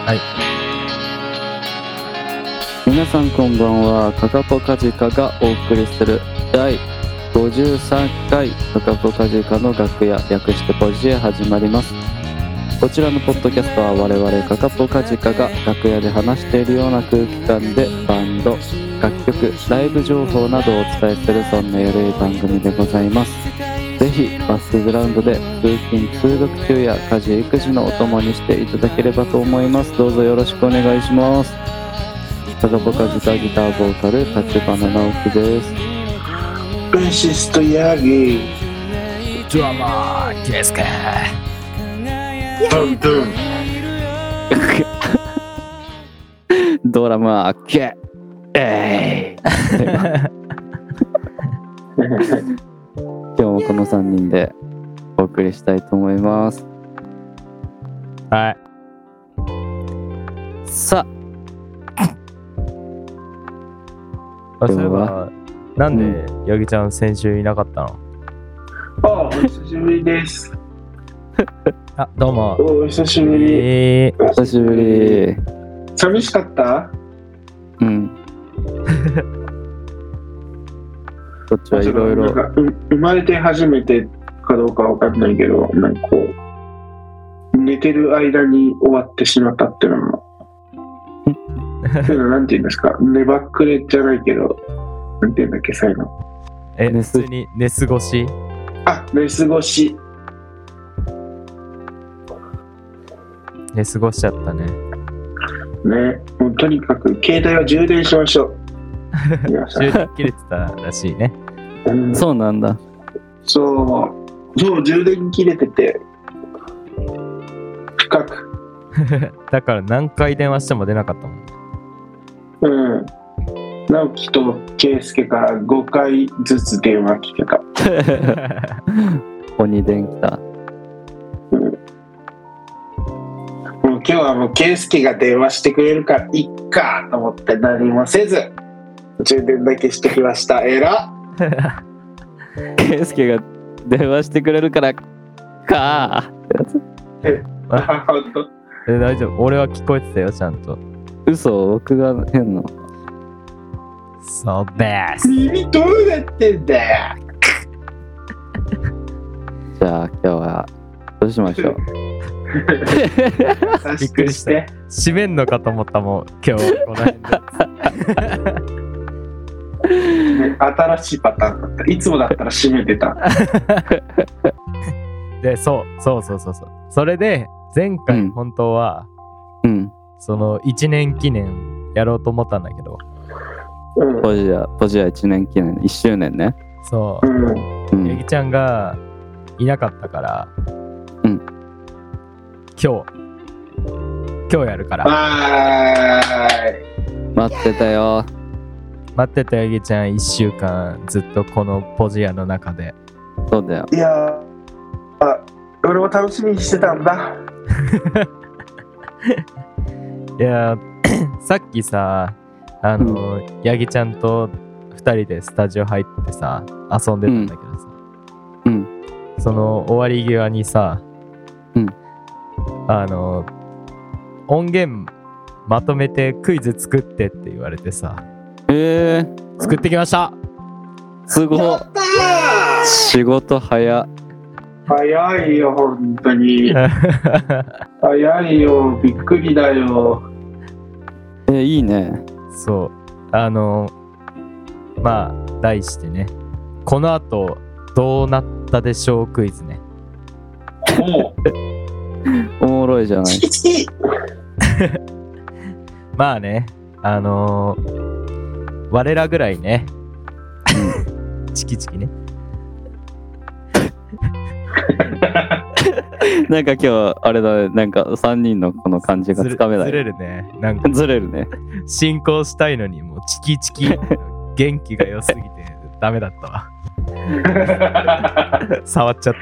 はい。 皆さんこんばんは。カカポカジカがお送りする第53回カカポカジカの楽屋、略してポジへ始まります。こちらのポッドキャストは我々カカポカジカが楽屋で話しているような空気感でバンド、楽曲、ライブ情報などをお伝えするそんなゆるい番組でございます。ぜひバックグラウンドで通勤通学中や家事育児のお供にしていただければと思います。どうぞよろしくお願いします。カカポカジカギターボーカル立花直樹です。 ベーシストヤギドラマーケスケドンドンドラマーケ今日もこの3人でお送りしたいと思います。 はい。 さあ、そういえばなんでヤギちゃん先週いなかったの？ あ、お久しぶりです。 あ、どうも。 お久しぶり。 久しぶり。 寂しかった？ うん。こっちはいろいろ生まれて初めてかどうかわかんないけど、なんかこう寝てる間に終わってしまったっていうのはそういうのなんて言うんですか、寝ばっくれじゃないけど、なんて言うんだっけ、そういうの。 普通に寝過ごし？ あ、寝過ごし。 寝過ごしちゃったね。 ね、もうとにかく携帯は充電しましょう。 充電切れてたらしいね。 そうなんだ。 そう充電切れてて深くだから何回電話しても出なかったもん。 直樹と圭介から5回ずつ電話来てた。 鬼電来た。 もう今日はもう圭介が電話してくれるからいっかと思って何もせず充電だけしてきました。えらケイスケが電話してくれるからか本当？ 大丈夫。俺は聞こえてたよ、ちゃんと。 嘘、僕が変なの。 そうです。 耳どうなってんだよ。 じゃあ今日はどうしましょう。 びっくりして。 閉めんのかと思ったもん、今日この辺で。 ね、新しいパターンだった。いつもだったら閉めてた。 で、そう。それで前回本当は、その1年記念やろうと思ったんだけど、 ポジア1年記念1周年ね。 そう。ヤギちゃんがいなかったから、今日やるから。 待ってたよ。 待ってたヤギちゃん。1週間ずっとこのポジアの中で。 そうだよ。 いや俺も楽しみにしてたんだ。 いやさっきさ、ヤギちゃんと2人でスタジオ入ってさ遊んでたんだけどさ、その終わり際にさ、音源まとめてクイズ作ってって言われてさ、作ってきました。 すごい。仕事早いよ、本当に。早いよ、びっくりだよ。 いいね。 そう。まあ、題してね、この後どうなったでしょうクイズね。 おもろいじゃない。 まあね、我らぐらいね、チキチキね。 なんか今日あれだね、なんか3人のこの感じがつかめない。 ずれるね。なんかずれるね。 進行したいのにもうチキチキ元気が良すぎてダメだったわ。触っちゃった。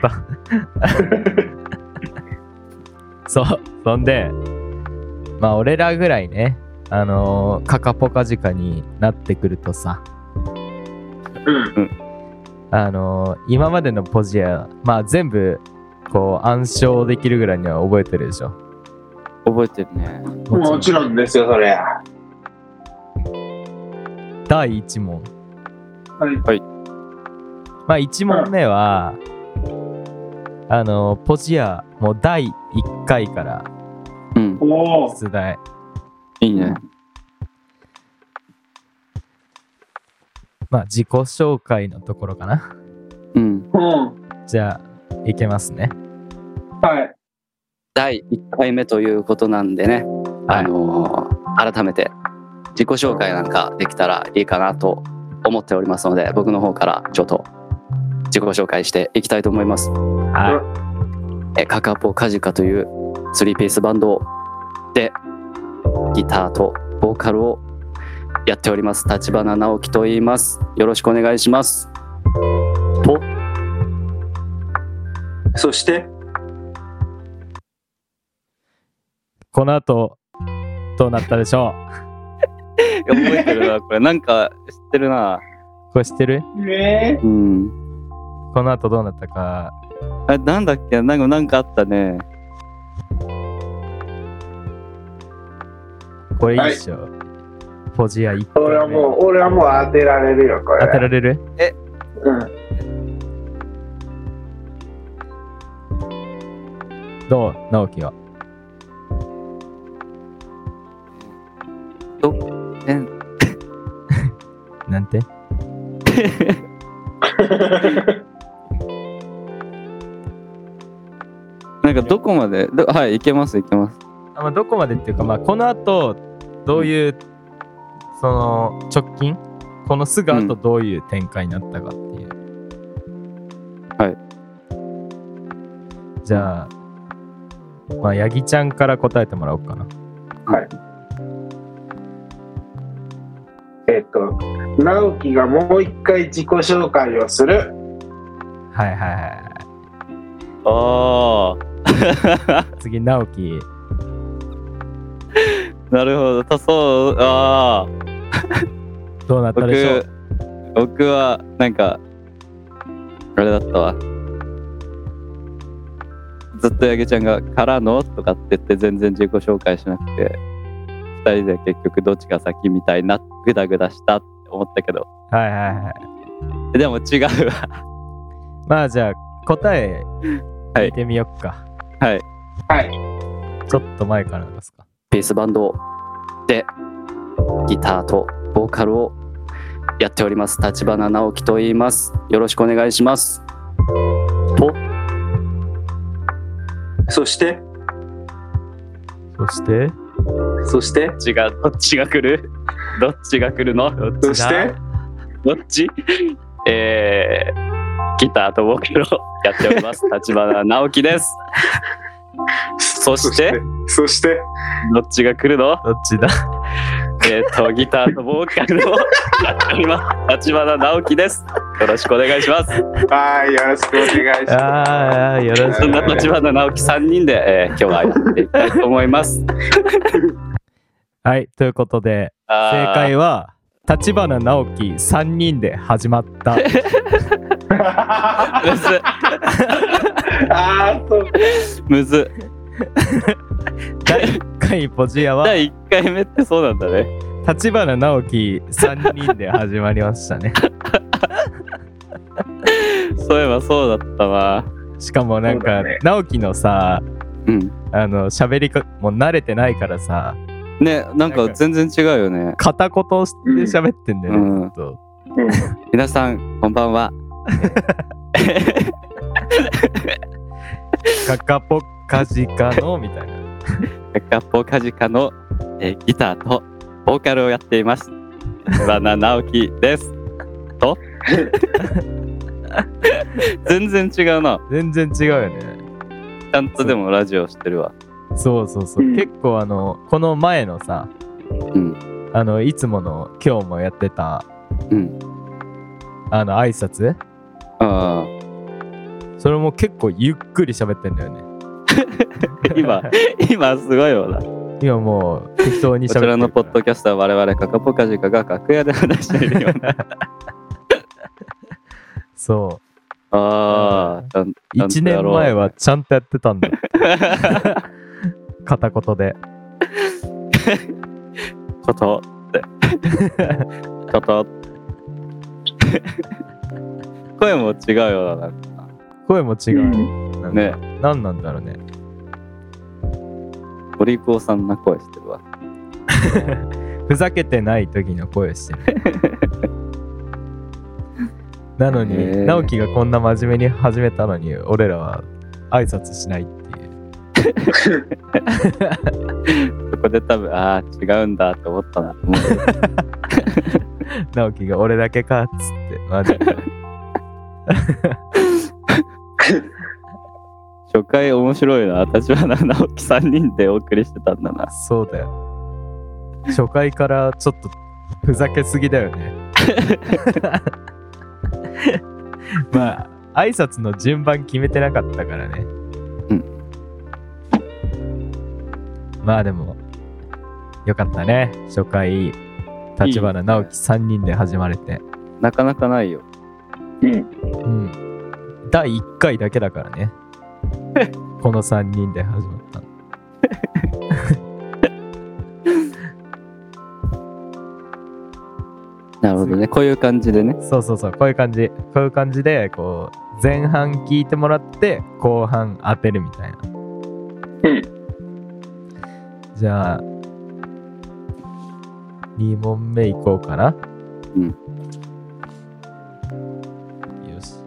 そんで、まあ俺らぐらいね、カカポカジカになってくるとさ、今までのポジや、まあ全部こう暗唱できるぐらいには覚えてるでしょ。 覚えてるね。 もちろんですよ、それ。 第1問。 はい。 まあ1問目は、ポジアもう第1回から出題。 いいね。 まあ自己紹介のところかな。じゃあいけますね。 はい。 第1回目ということなんでね、改めて自己紹介なんかできたらいいかなと思っておりますので、僕の方からちょっと自己紹介していきたいと思います。 はい。 カカポカジカという3ピースバンドでギターとボーカルをやっております立花直樹と言います。よろしくお願いします。と、そしてこの後どうなったでしょう。覚えてるな、これなんか知ってるな。 これ知ってる？ ね。 この後どうなったか。 なんだっけ、なんかあったね。 これいいっしょ。はい、ポジア1回目。 俺はもう当てられるよ、これ。 当てられる？どう？直樹は。なんてなんかどこまではい、いけます。 まあ、どこまでっていうか、まあ、この後どういう、その直近このすぐ後どういう展開になったかっていう、 はい。 じゃあまあヤギちゃんから答えてもらおうかな。 はい。直樹がもう一回自己紹介をする。 はいはいはい。 ああ。 次直樹。 なるほど。そう。ああ。 どうなったでしょう。 僕はなんかあれだったわ。ずっとヤギちゃんがからのとかって言って全然自己紹介しなくて、2人で結局どっちが先みたいなグダグダしたって思ったけど。 はいはいはい。 でも違うわ。 まあじゃあ答え聞いてみよっか。 はいはい。 ちょっと前からですか。 ピースバンドでギターとボーカルをやっております立花直樹と言います。よろしくお願いします。と、そしてそしてどっちが来るのそしてどっちギターとボーカルをやっております立花直樹です。そしてどっちが来るの？ どっちだ？ ギターとボーカルをやっております立花直樹です。よろしくお願いします。 はい、よろしくお願いします。 よろしく。 そんな立花直樹3人で、今日はやっていきたいと思います。 はい、ということで正解は立花直樹3人で始まった。 むずそうむず。 第1回ポジアは第1回目ってそうなんだね。 立花直樹3人で始まりましたね。 そういえばそうだったわ。 しかもなんか、ね、直樹のさ、喋りかもう慣れてないからさね、なんか全然違うよね。 片言して喋ってんだよね、ずっと。 皆さんこんばんは。 カカポカジカのみたいな。 カカポカジカの、ギターとボーカルをやっています立花直樹です。と全然違うな。 全然違うよね。 ちゃんとでもラジオしてるわ。 そう、結構この前のさ、いつもの今日もやってた、挨拶、それも結構ゆっくり喋ってんだよね。 今すごいよな。 今もう適当に喋ってる。こちらのポッドキャストは我々カカポカジカが楽屋で話しているような。 そう。 1 年前はちゃんとやってたんだ。 片言で。 ちょっとってちょっと声も違うよな、なんか声も違う。なんかね。 何なんだろうね。 お利口さんな声してるわ。 ふざけてない時の声してる。なのに、直樹がこんな真面目に始めたのに、俺らは挨拶しないっていう。 そこで多分、ああ、違うんだって思ったなと思う。 直樹が俺だけかっつって、マジで。 初回面白いな。立花直樹3人でお送りしてたんだな。 そうだよ。初回からちょっとふざけすぎだよね。まあ挨拶の順番決めてなかったからね。 うん。 まあでもよかったね。初回立花直樹3人で始まれて。 なかなかないよ。 うん。 うん。第1回だけだからね。この3人で始まったの。 なるほどね。こういう感じでね。 そうそうそう、こういう感じでこう前半聞いてもらって後半当てるみたいな。 うん。 じゃあ2問目いこうかな。 うん。 よし。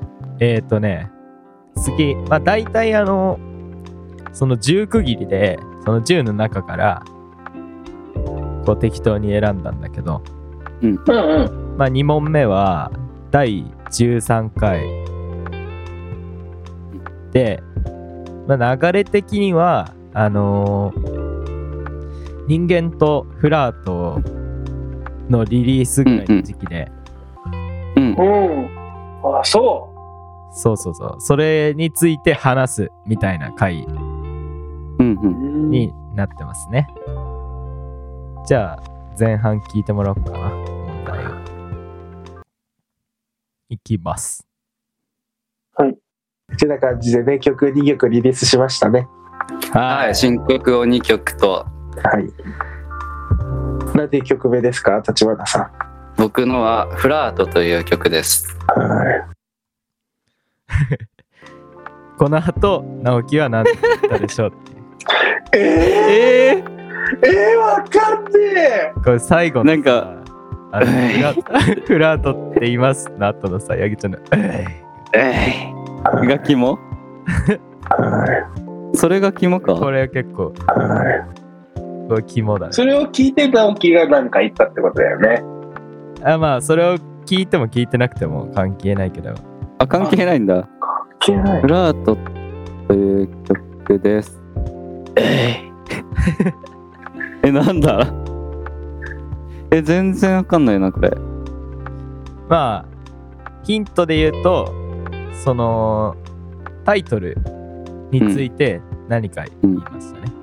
次、まあ大体その10区切りでその10の中からこう適当に選んだんだけど、 うんうん。 まあ2問目は第13回で、まあ、流れ的には人間とフラートのリリースぐらいの時期で、 うん。 あ、そそうそうそう、それについて話すみたいな回うんうう。 ん。 になってますね。じゃあ前半聞いてもらおうかな。問題をいきます。 てな感じでね、曲2曲リリースしましたね。 はい、新曲を2曲と。 はい。何ていう曲名ですか、立花さん。 僕のはフラートという曲です。 はい。 この後直樹は何て言ったでしょうっていう。 わかんねえ。 これ最後のなんかフラートって言いますの後のさ、ヤギちゃんのが肝？それが肝か。 これは結構これ肝だね。 それを聞いて直樹がなんか言ったってことだよね。 あ、まあそれを聞いても聞いてなくても関係ないけど。 あ、関係ないんだ。 関係ない。 フラートという曲です。なんだ？全然わかんないなこれ。 まあヒントで言うと、そのタイトルについて何か言いましたね。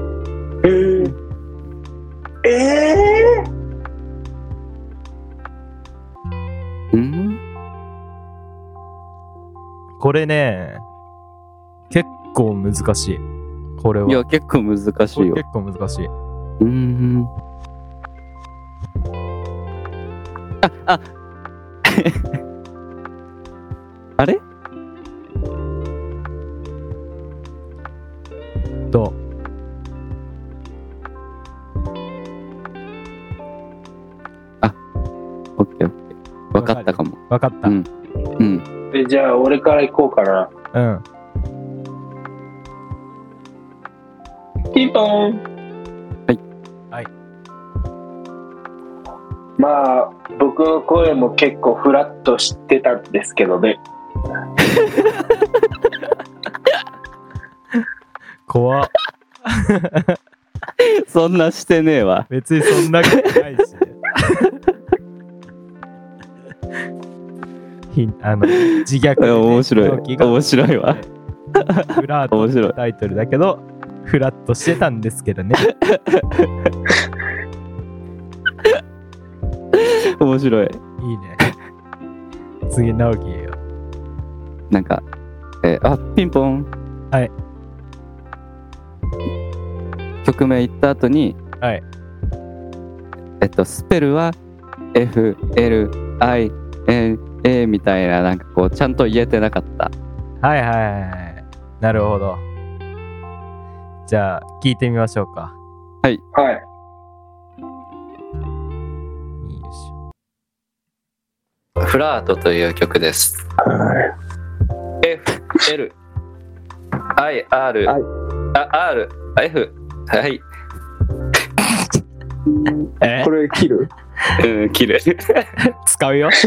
これね、結構難しい。これは。 いや、結構難しいよ。 結構難しい。 あれ？ どう？ オッケーオッケー。分かったかも。 分かった。 うん。 じゃあ俺から行こうかな。 うん。 ピンポン。 はい。 まあ僕の声も結構フラッとしてたんですけどね。 怖っ。 そんなしてねえわ。 別にそんなことないし。自虐で、ね、 面白いわ。 フラートのタイトルだけどフラッとしてたんですけどね。 面白い。 いいね。次直樹よ。 なんかピンポン。 はい。 曲名言った後に、 はい。 スペルは FLINA みたいな、なんかこうちゃんと言えてなかった。 はいはいはい。なるほど。じゃあ聞いてみましょうか。 はい。 よいしょ。フラートという曲です。FLIR F はい。 これ切る？ 切る。 使うよ。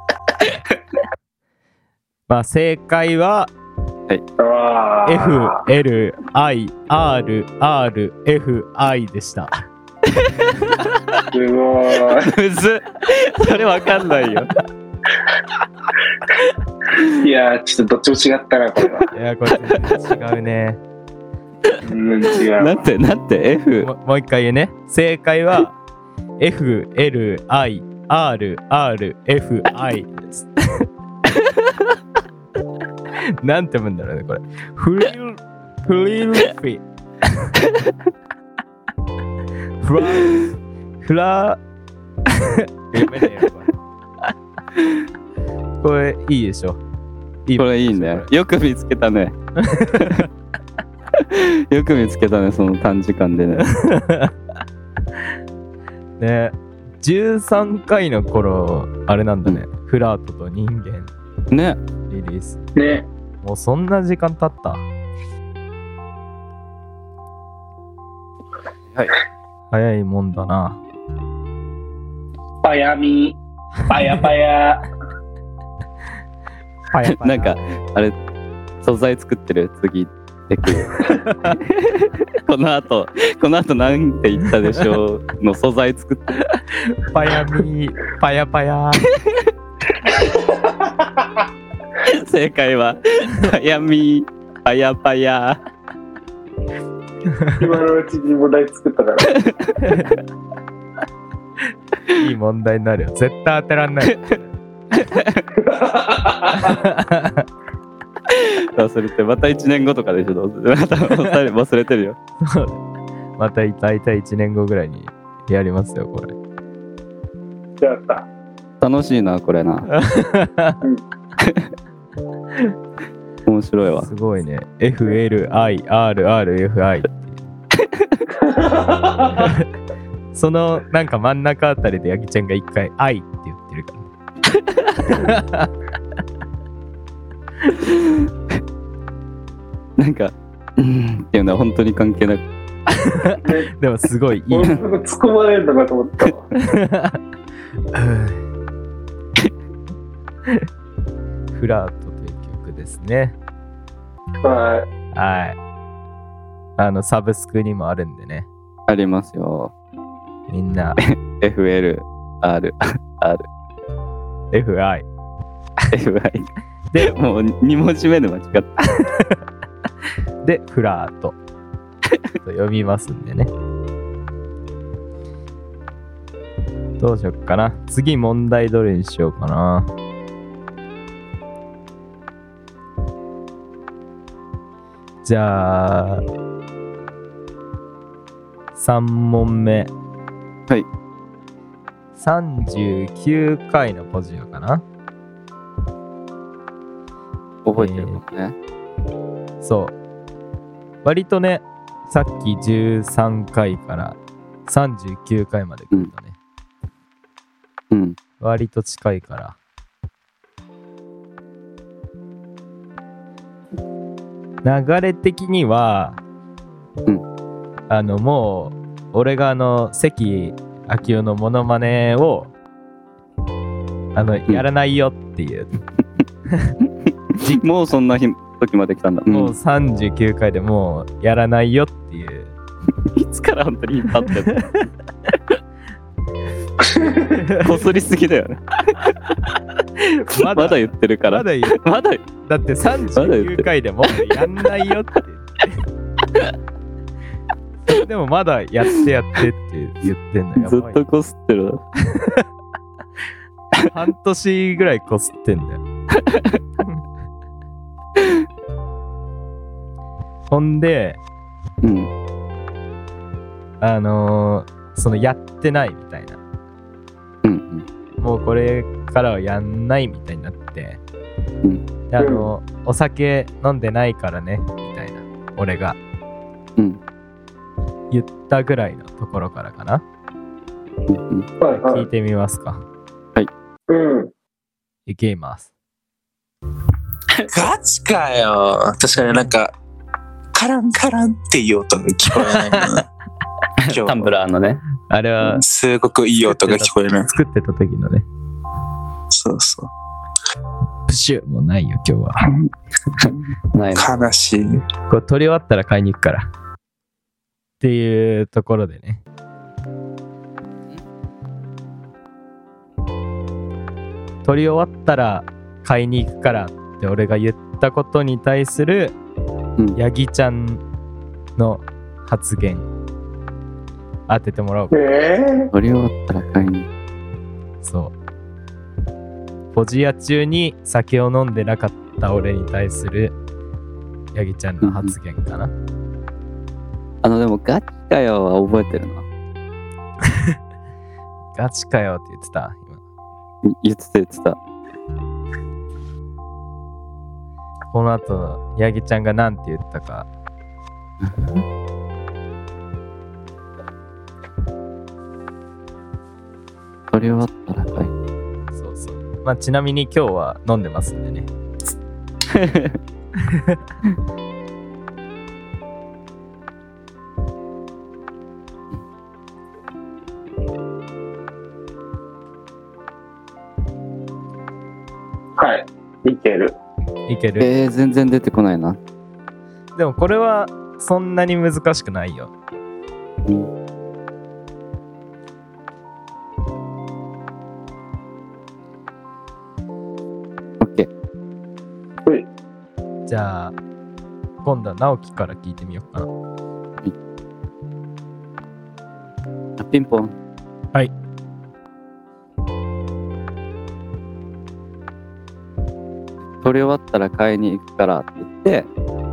まあ正解は、FLIRRFI でした。 すごい。 むずっ。それわかんないよ。 いやー、ちょっとどっちも違ったな、これは。 いや、これ違うね。 違う。 なんて F もう一回言うね。正解は FLIRRFI です。なんて読むんだろうね、これ。フリルフィ。フラ読めねえよ、これいいでしょ。 これいいね。よく見つけたね。よく見つけたね、その短時間でね。 ね、13回の頃、あれなんだね。フラートと人間。 ね。 リリース。 ね。 もうそんな時間経った。 はい。 早いもんだな。 パヤミ、パヤパヤ。 パヤパヤ。 なんか、あれ、素材作ってる次。この後なんて言ったでしょうの素材作ってる。 パヤミパヤパヤ。 正解はパヤミパヤパヤ。 今のうちに問題作ったからいい問題になるよ。絶対当てらんない。 忘れて、また1年後とかでしょ。また忘れてるよ。 また大体1年後ぐらいにやりますよ、これ。 やった。 楽しいな、これな。面白いわ。 すごいね。FLIRRFI そのなんか真ん中あたりでヤギちゃんが一回「愛」って言ってるからなんかっていうのは本当に関係なくでもすごいいい。 突っ込まれるのかと思ったわ。 フラートという曲ですね。 はい。 サブスクにもあるんでね。 ありますよ。 みんな。 FLRR FI で、もう2文字目で間違った。 で、フラートと読みますんでね。どうしよっかな。次問題どれにしようかな。じゃあ3問目。 はい。 39回のポジオかな。 覚えてるもんね。 そう。割とね、さっき13回から39回まで来るとね。 うん。 割と近いから。流れ的には、もう俺が関明夫のモノマネをやらないよっていうもうそんな時まで来たんだ。 もう39回でもうやらないよっていういつから本当に引っ張ってんのこすりすぎだよね。まだ言ってるから。 まだだって39回でもうやんないよって言ってでもまだやってって言ってんのよ。 ずっとこすってるの。 半年ぐらいこすってんだよ。ほんで、 そのやってないみたいな、 うんもうこれからはやんないみたいになって、 うんでお酒飲んでないからねみたいな俺がうん言ったぐらいのところからかな。 うんはいはい聞いてみますか。 うん。 いきます。 ガチかよ。確かになんか、カランカランっていう音が聞こえないな。今タンブラーのね。 あれはすごくいい音が聞こえない。 作ってた時のね、 そうそう。 プシュもないよ今日は。 ないの。 悲しい。 これ撮り終わったら買いに行くからっていうところでね、撮り終わったら買いに行くからって俺が言ったことに対するうんヤギちゃんの発言当ててもらおうか。 撮り終わったら買いに。 そうポジア中に酒を飲んでなかった俺に対するヤギちゃんの発言かな。 でもガチかよは覚えてるな。 ガチかよって言ってた今。 言ってた。 この後ヤギちゃんがなんて言ったか。 撮り終わったら買い。 そうそう。まあちなみに今日は飲んでますんでね。 はい。いける。 いける。 全然出てこないな。 でもこれはそんなに難しくないよ。 うんオッケー。 じゃあ今度は直樹から聞いてみようかな。 ピンポン。 はい。 撮り終わったら買いに行くからって言って、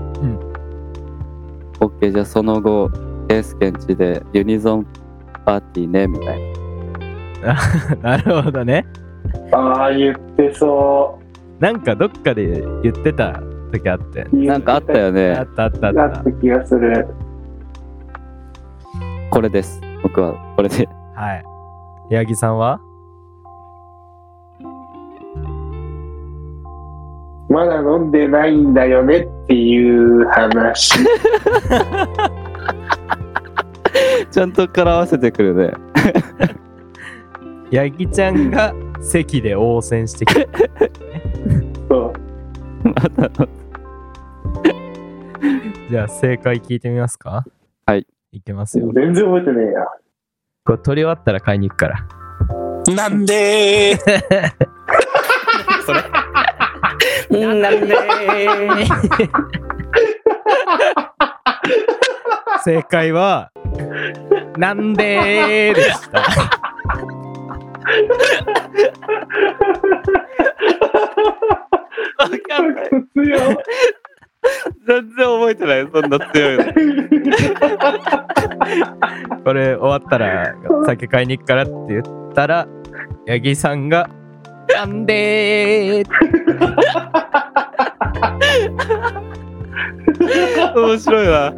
オッケー、じゃあその後、ケースケンチでユニゾンパーティーね、みたいな。 なるほどね。 ああ、言ってそなんかどっかで言ってた時あって。 う。 なんかあったよあねっ。たあったあっ。 あったた気がする。 これです。僕はこれで。 はい。八木さんはまだ飲んでないんだよねっていう話。 ちゃんと絡ませてくるね。 八木ちゃんが席で応戦してきた。 そう。 またじゃあ正解聞いてみますか。 はい。 いけますよ。 全然覚えてねえや。 これ撮り終わったら買いに行くから。 なんでなんで正解はなんでーでした。 わかんない。 強い。 全然覚えてない。そんな強いの。 これ終わったら酒買いに行くからって言ったら八木さんがなんでー面白いわ。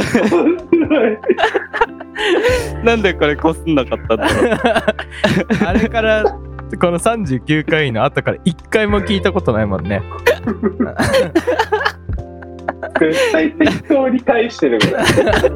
なんでこれこすんなかったんだろう。 あれからこの39回の後から1回も聞いたことないもんね。 絶対適当に返してるから。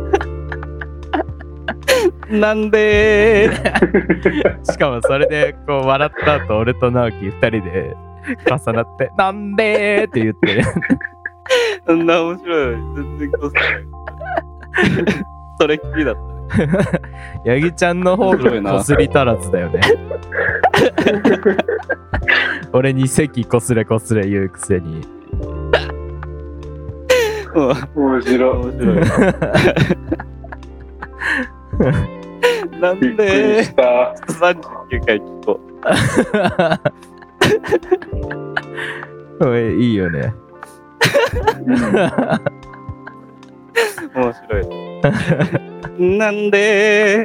なんでーしかもそれでこう笑った後俺と直樹2人で重なってなんでーって言ってそんな面白いのに全然こすんない。それっきりだったね。 八木ちゃんの方がこすり足らずだよね。俺に席こすれこすれ言うくせに。 面白い。 面白い。なんびっくりでした。 39回聞こおいいいよね。 う。面白い。 なんで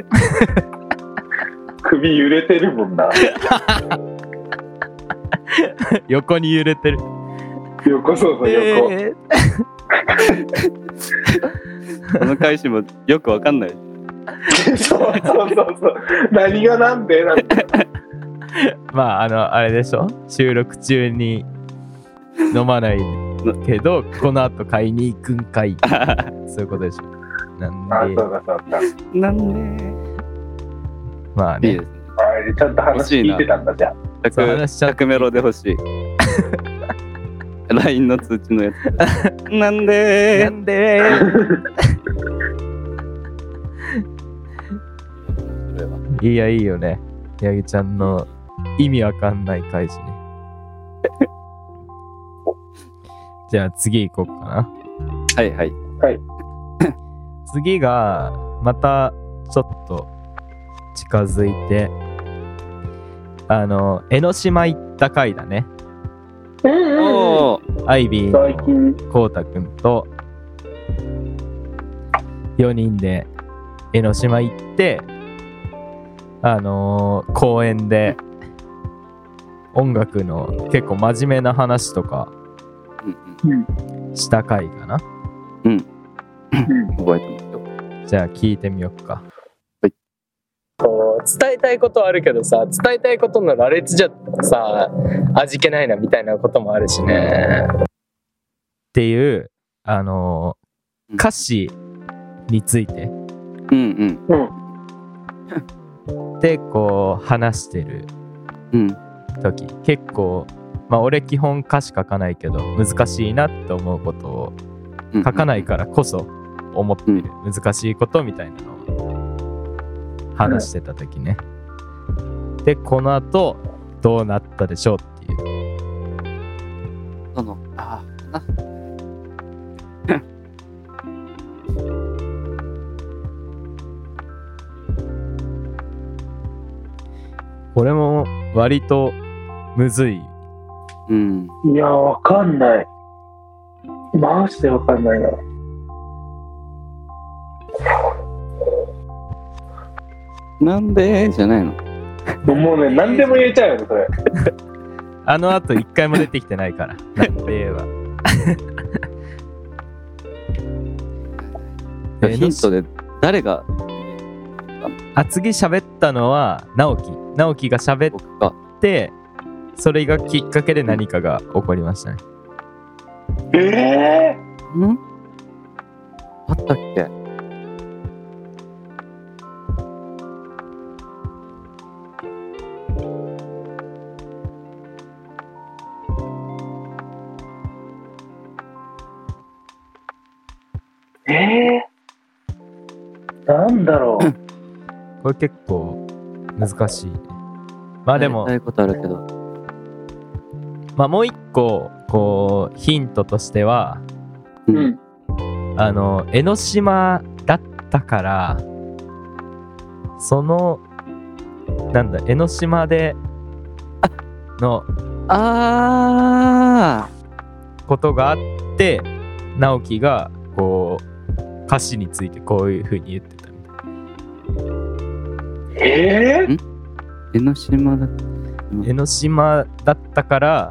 首揺れてるもんな。 横に揺れてる。 横、そうそう、横。 この返しもよくわかんない。 そう。何がなんでなんて。 まああれでしょ、収録中に飲まないけどこの後買いに行くんかいそういうことでしょ。なんでそうだ。 なんでまあね、 いいですね。 ちゃんと話聞いてたんだ、じゃあ。 そう話しちゃって 100メロで欲しい。LINE の通知のやつ。なんでなんでいやいいよね、ヤギちゃんの意味わかんない返しね。じゃあ次行こうかな。 はいはい。 次がまたちょっと近づいて、江ノ島行った回だね。 おーアイビー最近。 のこうたくんと4人で江ノ島行って、公園で音楽の結構真面目な話とかした回かな。 覚えてますよ。 じゃあ聞いてみよっか。 こう伝えたいことあるけどさ、伝えたいことの羅列じゃさ味気ないなみたいなこともあるしね。 っていう歌詞についてでこう話してる時、結構まあ俺基本歌詞書かないけど難しいなって思うことを書かないからこそ思ってる難しいことみたいなのを話してた時ね。でこの後どうなったでしょうっていう。これも割とむずい。 いや、わかんない。マジでわかんないな。 なんでじゃないの。 もうね、何でも言えちゃうよね、それ。 あの後一回も出てきてないから。なんでは。 ヒントで誰が次喋ったのは直樹が喋僕か。 ってそれがきっかけで何かが起こりましたね。 あったっけ。 なんだろう。 これ結構難しいね。まあでもやりたいことあるけど。 まあもう一個こうヒントとしては、江ノ島だったからそのなんだ江ノ島でのことがあって直樹がこう歌詞についてこういう風に言ってたみたい。 江ノ島だった。 江ノ島だったから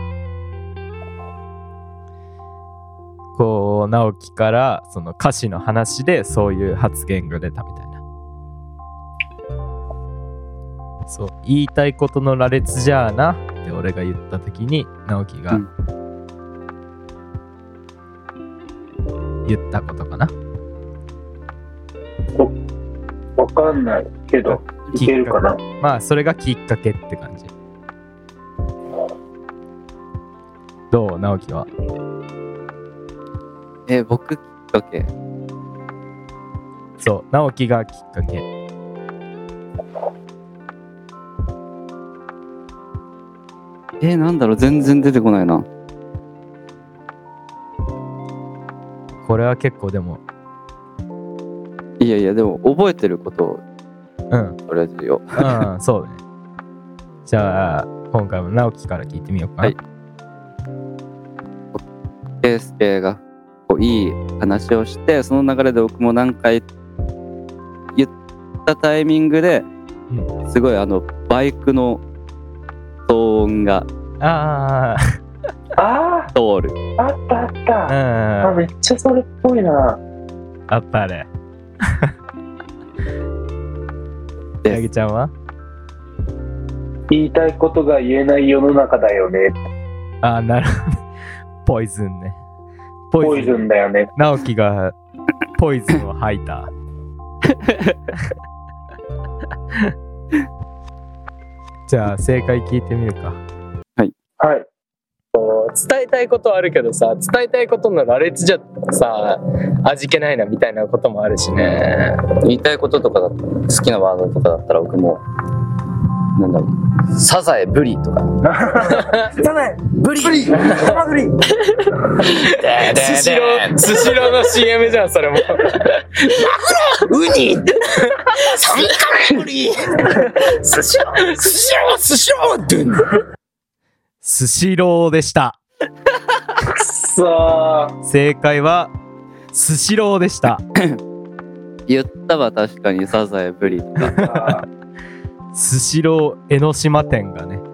こう直樹からその歌詞の話でそういう発言が出たみたいな。そう言いたいことの羅列じゃあなって俺が言った時に直樹が言ったことかな。 わかんないけどいけるかな。 まあそれがきっかけって感じ。どう直樹は。 僕きっかけ。 そう直樹がきっかけ。 なんだろう、全然出てこないな。 これは結構でもいやでも覚えてることをとりあえずよ。 そうね。じゃあ今回も直樹から聞いてみようかな。 圭介がこういい話をして、その流れで僕も何回ったタイミングで、すごいバイクの騒音がああ通る。 あ、あったあっあ、 た。あ、めっちゃそれっぽいな。 あったあれ。 ですヤギちゃんは？ 言いたいことが言えない世の中だよね。 ああ、なるほど。ポイズンね。 ポイズンだよね。 直樹がポイズンを吐いた。じゃあ正解聞いてみるか。 はい。 伝えたいことはあるけどさ、伝えたいことの羅列じゃさ味気ないなみたいなこともあるしね。 言いたいこととか好きなワードとかだったら僕もなんだろう、サザエブリとかブリハマグリスシローの CM じゃんそれも。 ウニ三回ブリスシロードゥンスシローでした。 くそー。 正解はスシローでした。 言ったわ。確かにサザエブリとかスシロー江ノ島店がね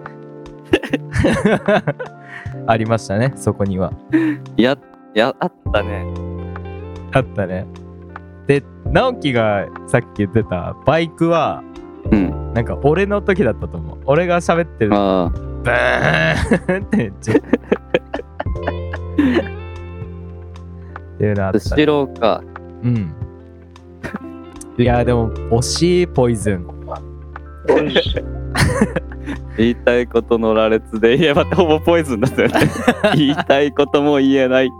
ありましたね、そこには。 あったね。 あったね。で、直樹がさっき言ってたバイクはなんか俺の時だったと思う。俺が喋ってるあブーンって言っちゃうっていうのあった。 スシローか。 いやでも惜しい。ポイズン。 言いたいことの羅列で言えばほぼポイズンだったよね。言いたいことも言えない。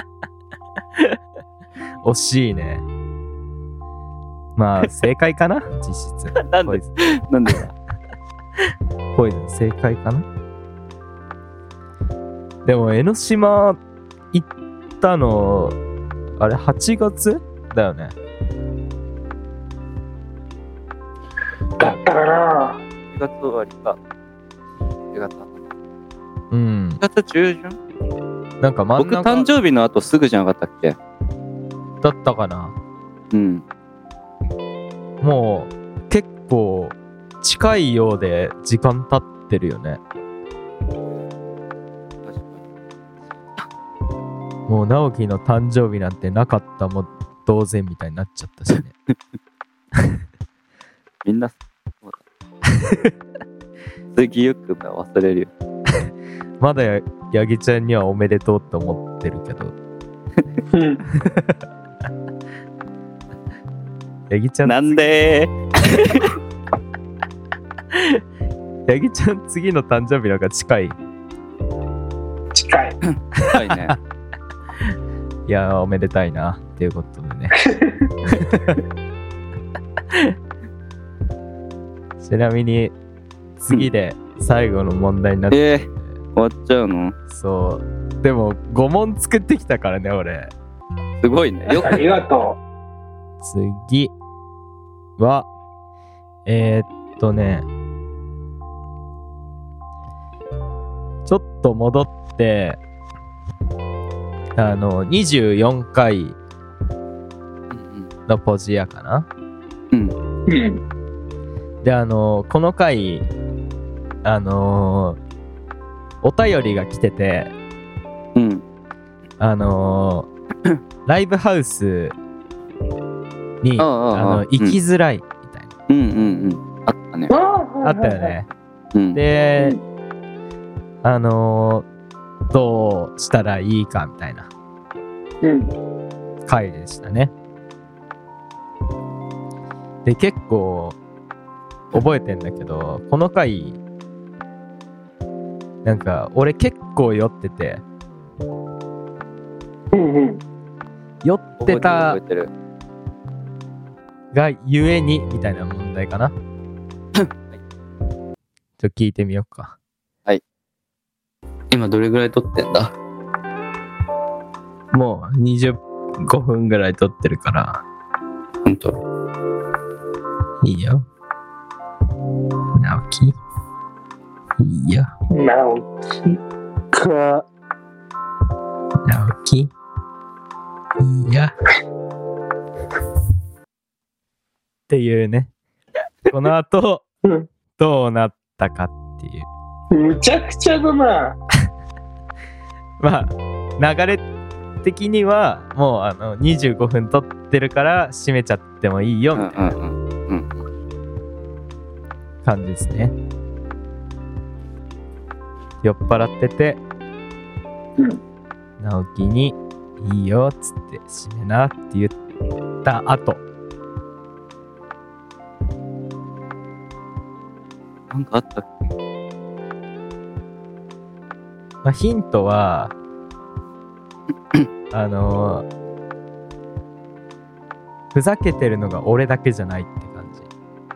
惜しいね。まあ正解かな実質。 なんでポイズンなんでだ。 ポイズン正解かな。でも江ノ島行ったのあれ8月だよね。 だったかな。 4月終わりか。4月うん 4月中旬。 なんか真ん僕中誕生日の後すぐじゃなかったっけ。 だったかな。 うん。 もう結構近いようで時間経ってるよね。 確かもう直樹の誕生日なんてなかったも同然みたいになっちゃったしね。 に。みんなそうだ。次ゆくが忘れるよ。 まだヤギちゃんにはおめでとうって思ってるけど。ヤギちゃんなんでヤギちゃん次の誕生日なんか近い。 近い。 近いね。 いやおめでたいなっていうことでね。ちなみに次で最後の問題になって終わっちゃうの。 そうでも5問作ってきたからね俺。 すごいね。よくありがと次はちょっと戻って24回のポジやかな。 う。うん。 でこの回お便りが来ててうんライブハウスに行きづらいみたいな、 うんうんうんあったね。 あったよね。 うんでどうしたらいいかみたいなうん。 回でしたね。で結構覚えてんだけどこの回なんか俺結構酔っててうん。 酔ってた覚えてる。 がゆえにみたいな問題かな。ちょっと聞いてみようか。 今どれぐらい撮ってんだ。 もう25分ぐらい撮ってるからほんと。 いいよ。直樹いいよ。 直樹か。 直樹いいよ。っていうねこの後うんどうなったかっていうむちゃくちゃだな。 まあ流れ的にはもう25分撮ってるから閉めちゃってもいいよみたいな感じですね。酔っ払ってて、直樹にいいよっつって閉めなって言った後、 なんかあったっけ？ まあ、ヒントはふざけてるのが俺だけじゃないって感じ。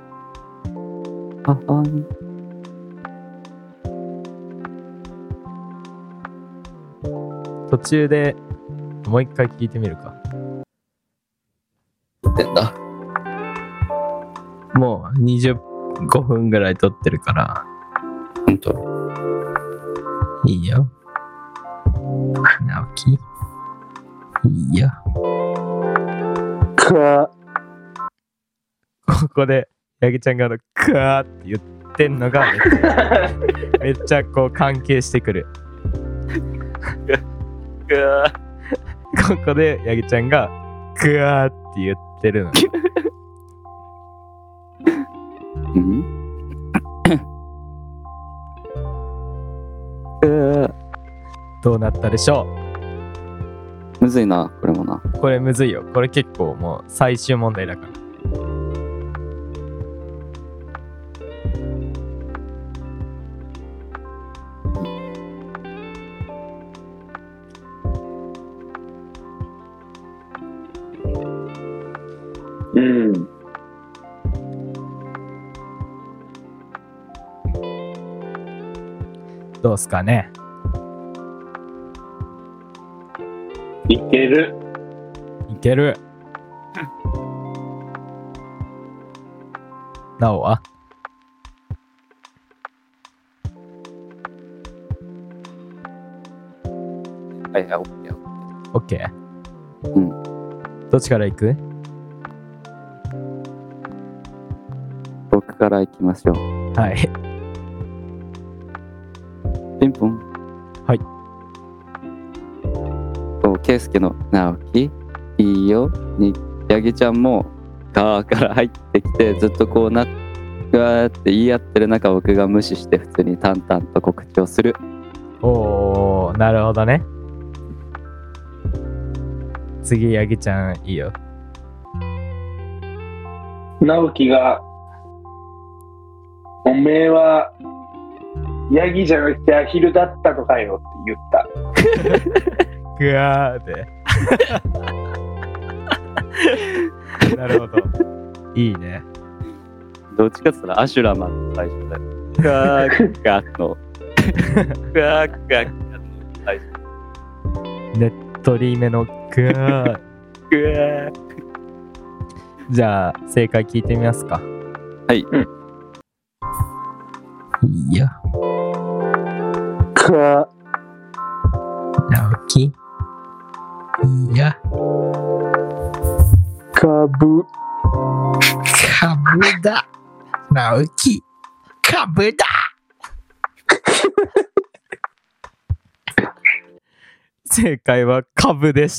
途中でもう一回聞いてみるか。 ってんだ。 もう25分ぐらい撮ってるからほんと。 いいよ直樹、いいよ。ここでヤギちゃんがクワーって言ってんのがめっちゃこう関係してくる。ここでヤギちゃんがクワーって言ってるの。どうなったでしょむずいな、これもな。 う。これむずいよ。これ結構もう最終問題だから。 うん。 どうすかね。 いける。 いける。なおははいはい、 オッケー。 うん。 どっちから行く？ 僕から行きましょう。 はい。 ピンポン。 はい。 ケイスケの直樹いいよにヤギちゃんも側から入ってきて、ずっとこうなうわーって言い合ってる中、僕が無視して普通に淡々と告知をする。 おー、なるほどね。次ヤギちゃんいいよ。 直樹がおめえはヤギじゃなくてアヒルだったのかよって言った。 ぐわーで。なるほど。いいね。 どっちかって言ったらアシュラマンの最初だよ。ガーガーのガーガーの最初。 ねっとりめのぐわー。 ぐわー。 じゃあ正解聞いてみますか。 はい。 いいよ。直樹。いいよ。 株だ。直樹。株だ。正解は株でした。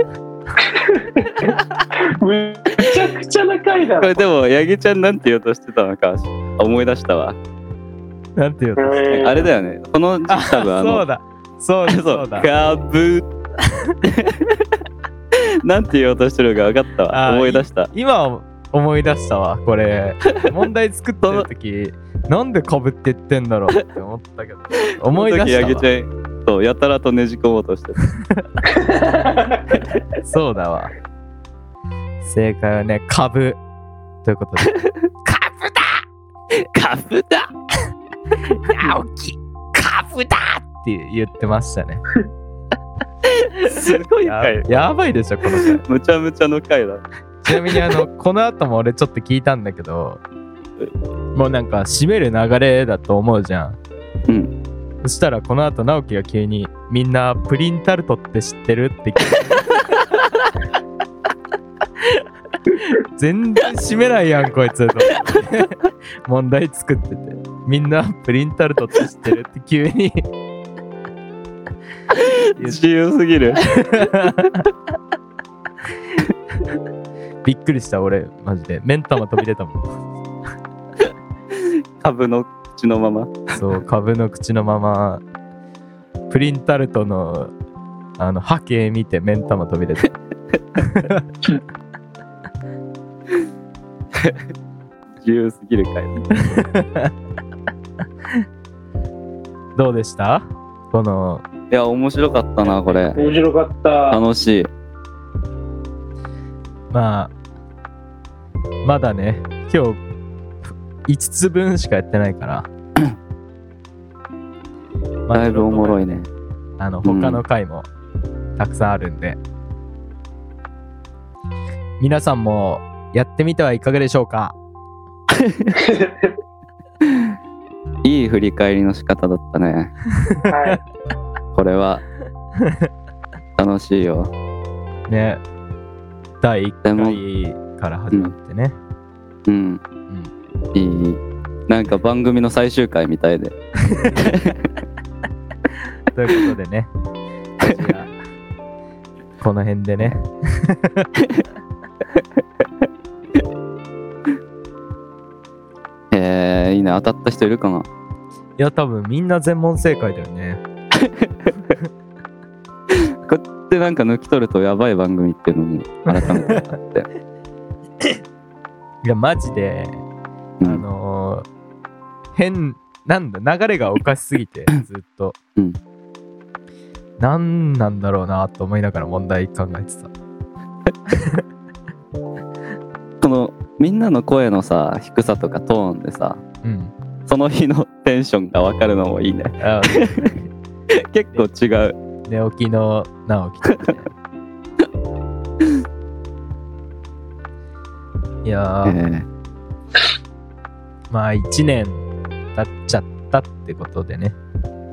むちゃくちゃな回だこれでもヤギちゃんなんて言おうとしてたのか思い出したわ。 なんて言うの？ あれだよね。この多分そうだ。そうだ。そうだ。 株。なんて言おうとしてるか分かったわ。思い出した。 今思い出したわ。これ問題作ってる時なんで株って言ってんだろうって思ったけど、思い出したわ。 ヤギちゃんそうやたらとねじ込もうとしてた。 そうだわ。正解はね、株ということで。 株だ直樹株だって言ってましたね。 すごい回。 やばいでしょこの回。 むちゃむちゃの回だ。 ちなみにこの後も俺ちょっと聞いたんだけど、もうなんか締める流れだと思うじゃん。 うん。 そしたらこの後直樹が急にみんなプリンタルトって知ってるって聞いて全然閉めないやんこいつと問題作ってて、みんなプリンタルトって知ってるって急に自由すぎる。 びっくりした俺マジで。目ん玉飛び出たもん。 株の口のまま。 そう、株の口のままプリンタルトの波形見て目ん玉飛び出た。 自由すぎるかい。 どうでしたこの。 いや面白かったなこれ。 面白かった。 楽しい。 まあまだね今日5つ分しかやってないからだいぶおもろいね。 他の回もたくさんあるんで、皆さんもやってみてはいかがでしょうか。 いい振り返りの仕方だったね。 はい。 これは楽しいよね。第1回から始まってね。 うん、いい。なんか番組の最終回みたいで。 ということでね、私がこの辺でね。 いいね。当たった人いるかな。いや多分みんな全問正解だよね。 こうやってなんか抜き取るとやばい番組っていうのも改めて分かって。 いやマジで、なんだ流れがおかしすぎてずっと、なんなんだろうなと思いながら問題考えてた。 このみんなの声のさ低さとかトーンでさ、その日のテンションが分かるのもいいね。結構違う。 寝起きの直樹とかね。いやー、まあ1年経っちゃったってことでね。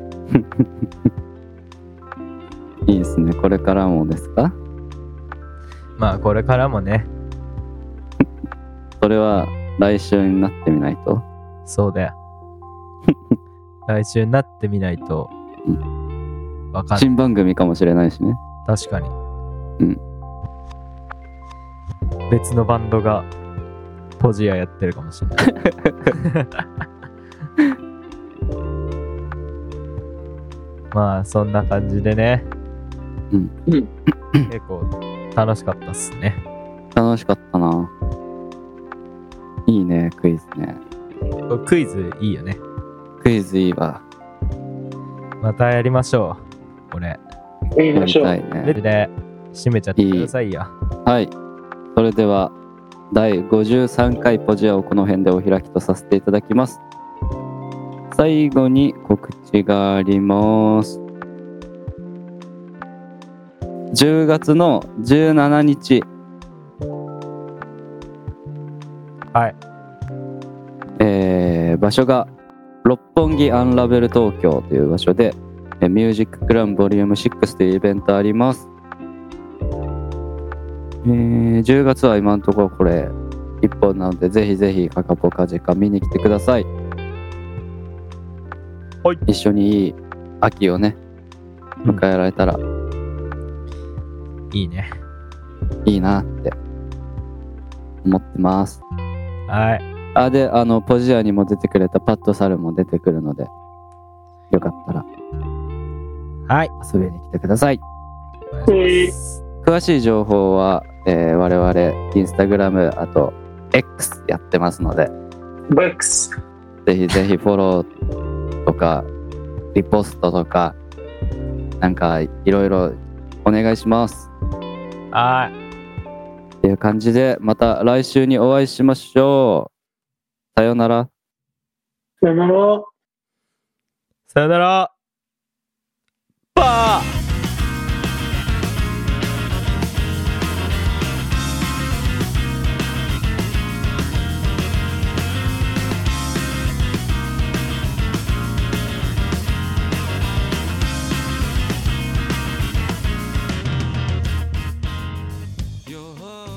いいですね。これからもですか。 まあこれからもね。 それは来週になってみないと。 そうだよ。来週になってみないとわかんない。 新番組かもしれないしね。 確かに。別のバンドがポジアやってるかもしれない。まあそんな感じでね。結構楽しかったっすね。 楽しかったな。いいねクイズね。 クイズいいよね。 クイズいいわ。 またやりましょう。これ。 やりましょう。 ね、 で締めちゃってくださいよ。 はい。それでは第53回ポジアをこの辺でお開きとさせていただきます。最後に告知があります。10月の17日。 はい。 場所が六本木アンラベル東京という場所でミュージッククラウンボリューム6というイベントあります。10月は今のところこれ1本なのでぜひぜひカカポカジカ見に来てください。 はい。 一緒にいい秋をね迎えられたら、 いいね。 いいなって思ってます。 はい。 でポジアにも出てくれたパッドサルも出てくるのでよかったらはい遊びに来てください。 詳詳しい情報は、我々インスタグラムあと X やってますのでぜひぜひフォローとかリポストとかなんかいろいろお願いします。 はい。 っていう感じでまた来週にお会いしましょう。さようなら。 さよなら。 さよなら。バー。 Your